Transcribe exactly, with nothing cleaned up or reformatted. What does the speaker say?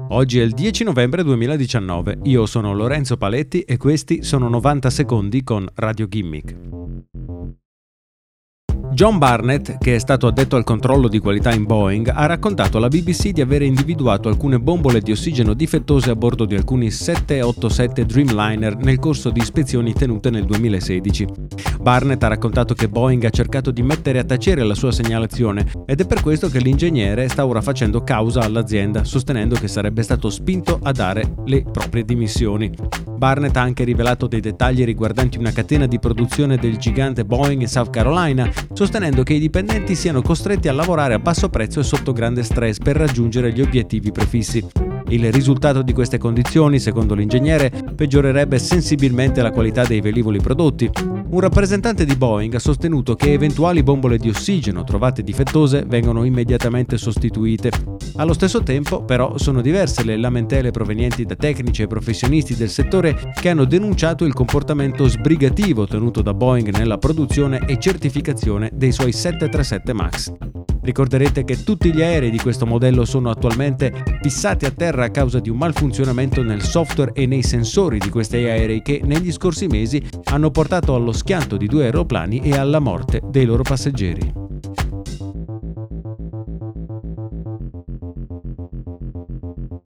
Oggi è il dieci novembre duemiladiciannove, io sono Lorenzo Paletti e questi sono novanta secondi con Radio Gimmick. John Barnett, che è stato addetto al controllo di qualità in Boeing, ha raccontato alla B B C di aver individuato alcune bombole di ossigeno difettose a bordo di alcuni sette ottantasette Dreamliner nel corso di ispezioni tenute nel duemilasedici. Barnett ha raccontato che Boeing ha cercato di mettere a tacere la sua segnalazione ed è per questo che l'ingegnere sta ora facendo causa all'azienda, sostenendo che sarebbe stato spinto a dare le proprie dimissioni. Barnett ha anche rivelato dei dettagli riguardanti una catena di produzione del gigante Boeing in South Carolina, sostenendo che i dipendenti siano costretti a lavorare a basso prezzo e sotto grande stress per raggiungere gli obiettivi prefissi. Il risultato di queste condizioni, secondo l'ingegnere, peggiorerebbe sensibilmente la qualità dei velivoli prodotti. Un rappresentante di Boeing ha sostenuto che eventuali bombole di ossigeno trovate difettose vengono immediatamente sostituite. Allo stesso tempo, però, sono diverse le lamentele provenienti da tecnici e professionisti del settore che hanno denunciato il comportamento sbrigativo tenuto da Boeing nella produzione e certificazione dei suoi sette trentasette MAX. Ricorderete che tutti gli aerei di questo modello sono attualmente fissati a terra a causa di un malfunzionamento nel software e nei sensori di questi aerei che negli scorsi mesi hanno portato allo schianto di due aeroplani e alla morte dei loro passeggeri.